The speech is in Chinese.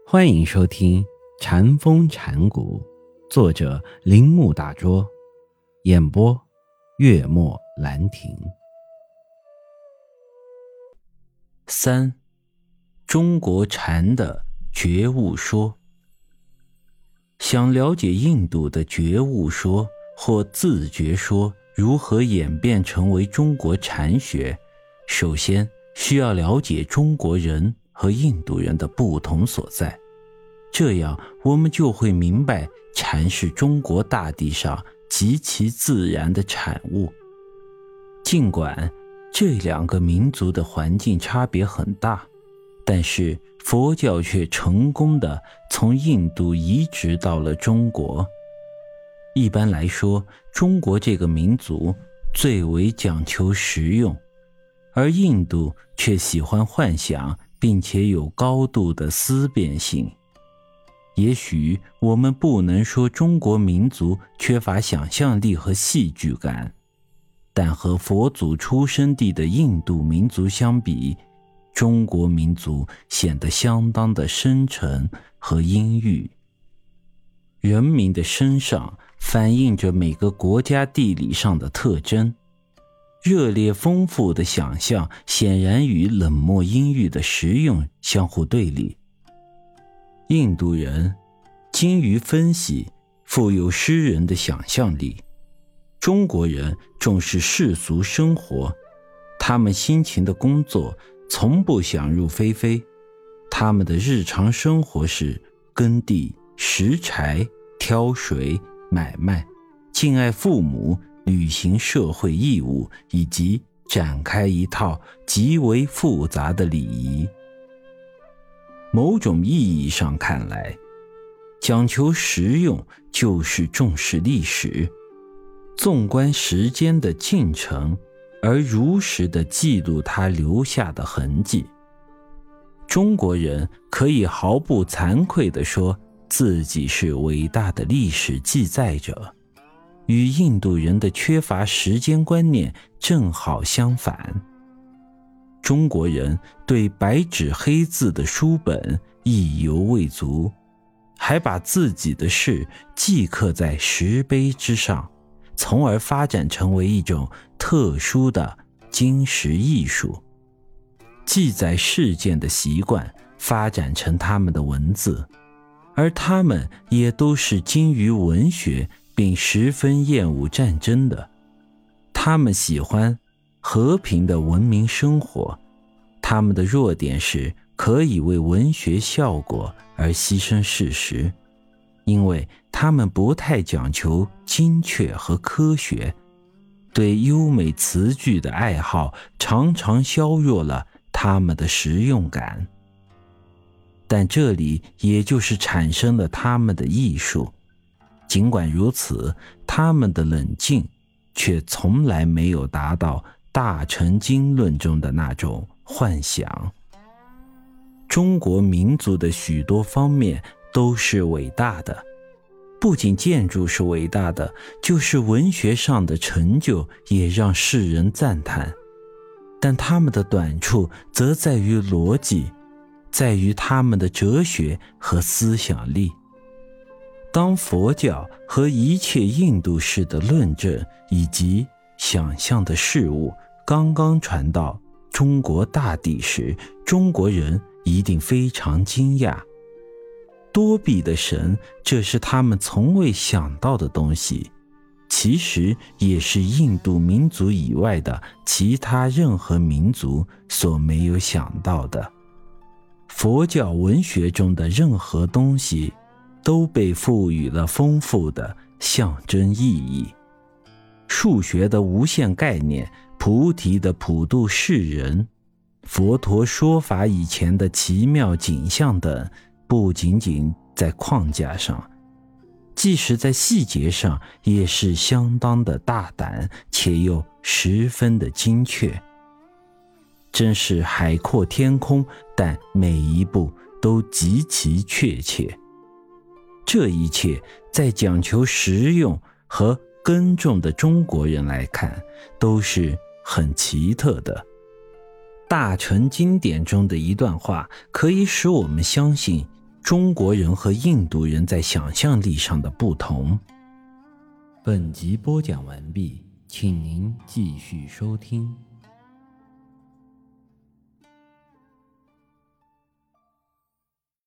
欢迎收听《禅风禅谷》，作者铃木大拙，演播月末兰亭。3. 中国禅的觉悟说。想了解印度的觉悟说或自觉说如何演变成为中国禅学，首先需要了解中国人和印度人的不同所在，这样我们就会明白禅是中国大地上极其自然的产物。尽管这两个民族的环境差别很大，但是佛教却成功地从印度移植到了中国。一般来说，中国这个民族最为讲求实用，而印度却喜欢幻想，并且有高度的思辨性。也许我们不能说中国民族缺乏想象力和戏剧感，但和佛祖出生地的印度民族相比，中国民族显得相当的深沉和阴郁。人民的身上反映着每个国家地理上的特征，热烈丰富的想象显然与冷漠阴郁的实用相互对立。印度人精于分析，富有诗人的想象力；中国人重视世俗生活，他们辛勤的工作从不想入非非，他们的日常生活是耕地、拾柴、挑水、买卖，敬爱父母，履行社会义务，以及展开一套极为复杂的礼仪。某种意义上看来，讲求实用就是重视历史，纵观时间的进程，而如实地记录它留下的痕迹。中国人可以毫不惭愧地说自己是伟大的历史记载者，与印度人的缺乏时间观念正好相反。中国人对白纸黑字的书本意犹未足，还把自己的事记刻在石碑之上，从而发展成为一种特殊的金石艺术。记载事件的习惯发展成他们的文字，而他们也都是精于文学并十分厌恶战争的。他们喜欢和平的文明生活，他们的弱点是可以为文学效果而牺牲事实，因为他们不太讲求精确和科学，对优美词句的爱好常常削弱了他们的实用感。但这里也就是产生了他们的艺术。尽管如此，他们的冷静却从来没有达到大乘经论中的那种幻想。中国民族的许多方面都是伟大的，不仅建筑是伟大的，就是文学上的成就也让世人赞叹。但他们的短处则在于逻辑，在于他们的哲学和思想力。当佛教和一切印度式的论证以及想象的事物刚刚传到中国大地时，中国人一定非常惊讶。多臂的神，这是他们从未想到的东西，其实也是印度民族以外的其他任何民族所没有想到的。佛教文学中的任何东西都被赋予了丰富的象征意义。数学的无限概念，菩提的普度世人，佛陀说法以前的奇妙景象等，不仅仅在框架上，即使在细节上也是相当的大胆，且又十分的精确。真是海阔天空，但每一步都极其确切。这一切在讲求实用和耕种的中国人来看，都是很奇特的。大乘经典中的一段话可以使我们相信中国人和印度人在想象力上的不同。 本集播讲完毕，请您继续收听。